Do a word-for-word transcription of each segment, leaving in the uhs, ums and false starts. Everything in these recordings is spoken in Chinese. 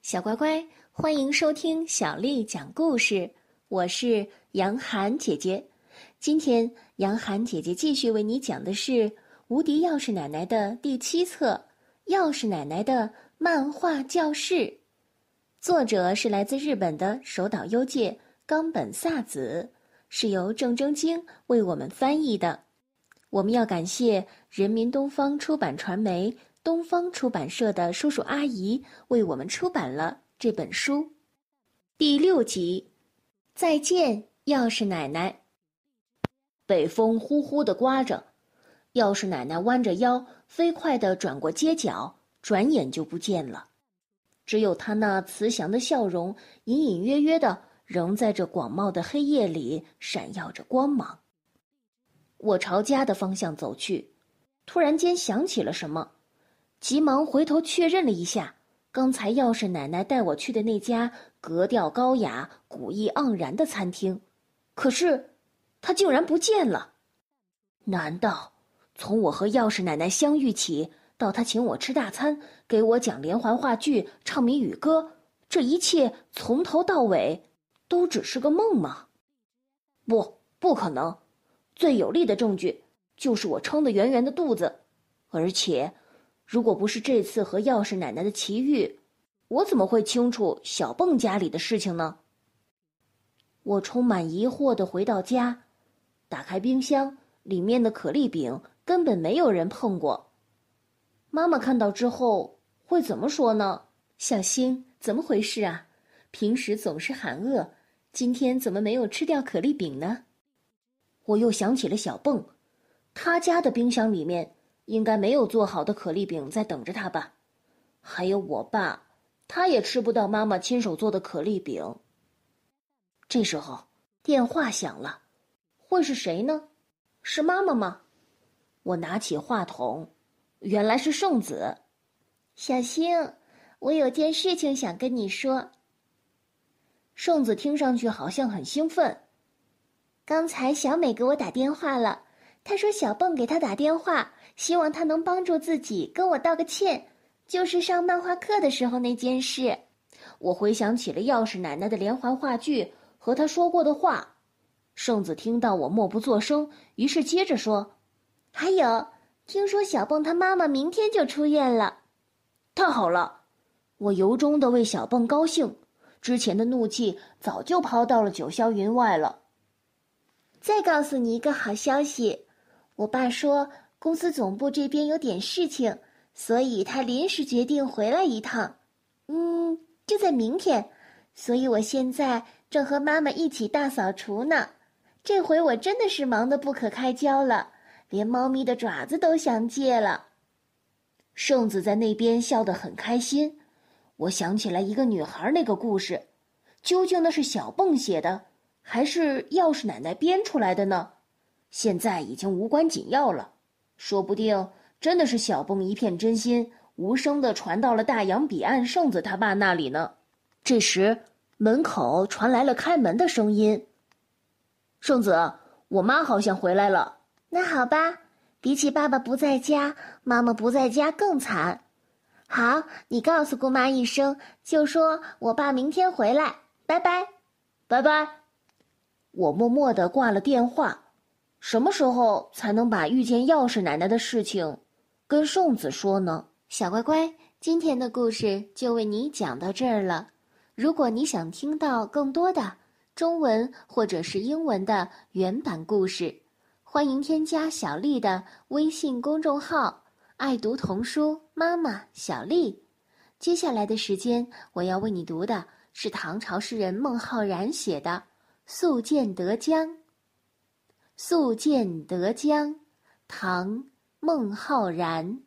小乖乖，欢迎收听小丽讲故事，我是杨涵姐姐。今天杨涵姐姐继续为你讲的是《无敌钥匙奶奶》的第七册《钥匙奶奶的漫画教室》，作者是来自日本的手岛优介、冈本萨子，是由郑征京为我们翻译的。我们要感谢人民东方出版传媒东方出版社的叔叔阿姨为我们出版了这本书。第六集，再见，钥匙奶奶。北风呼呼地刮着，钥匙奶奶弯着腰，飞快地转过街角，转眼就不见了。只有她那慈祥的笑容，隐隐约约的，仍在这广袤的黑夜里闪耀着光芒。我朝家的方向走去，突然间想起了什么，急忙回头确认了一下，刚才钥匙奶奶带我去的那家格调高雅、古意盎然的餐厅，可是它竟然不见了。难道从我和钥匙奶奶相遇起，到她请我吃大餐，给我讲连环话剧、唱谜语歌，这一切从头到尾都只是个梦吗？不，不可能。最有力的证据就是我撑得圆圆的肚子，而且如果不是这次和钥匙奶奶的奇遇，我怎么会清楚小蹦家里的事情呢？我充满疑惑地回到家，打开冰箱，里面的可丽饼根本没有人碰过。妈妈看到之后会怎么说呢？小星，怎么回事啊？平时总是喊饿，今天怎么没有吃掉可丽饼呢？我又想起了小蹦，他家的冰箱里面应该没有做好的可丽饼在等着他吧。还有我爸，他也吃不到妈妈亲手做的可丽饼。这时候电话响了，会是谁呢？是妈妈吗？我拿起话筒，原来是圣子。小星，我有件事情想跟你说。圣子听上去好像很兴奋。刚才小美给我打电话了，她说小蹦给她打电话，希望她能帮助自己，跟我道个歉，就是上漫画课的时候那件事。我回想起了钥匙奶奶的连环话剧和她说过的话。圣子听到我默不作声，于是接着说，还有，听说小蹦她妈妈明天就出院了。太好了，我由衷地为小蹦高兴，之前的怒气早就抛到了九霄云外了。再告诉你一个好消息，我爸说公司总部这边有点事情，所以他临时决定回来一趟，嗯，就在明天，所以我现在正和妈妈一起大扫除呢。这回我真的是忙得不可开交了，连猫咪的爪子都想借了。圣子在那边笑得很开心，我想起来一个女孩那个故事，究竟那是小蹦写的还是钥匙奶奶编出来的呢？现在已经无关紧要了，说不定真的是小蹦一片真心，无声地传到了大洋彼岸圣子他爸那里呢。这时门口传来了开门的声音。圣子，我妈好像回来了。那好吧，比起爸爸不在家，妈妈不在家更惨。好，你告诉姑妈一声，就说我爸明天回来，拜拜。拜拜。我默默地挂了电话。什么时候才能把遇见钥匙奶奶的事情跟圣子说呢？小乖乖，今天的故事就为你讲到这儿了。如果你想听到更多的中文或者是英文的原版故事，欢迎添加小丽的微信公众号爱读童书妈妈小丽。接下来的时间我要为你读的是唐朝诗人孟浩然写的宿建德江。宿建德江，唐·孟浩然。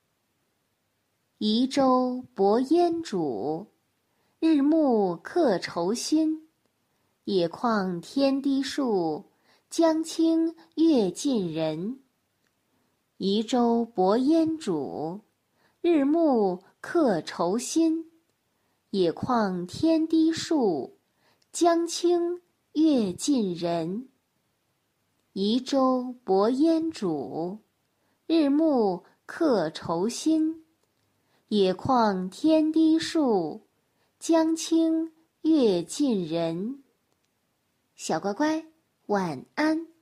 移舟泊烟渚，日暮客愁新。野旷天低树，江清月近人。移舟泊烟渚，日暮客愁新。野旷天低树，江清月近人。移舟泊烟渚，日暮客愁新。野旷天低树， 江清月近人。小乖乖，晚安。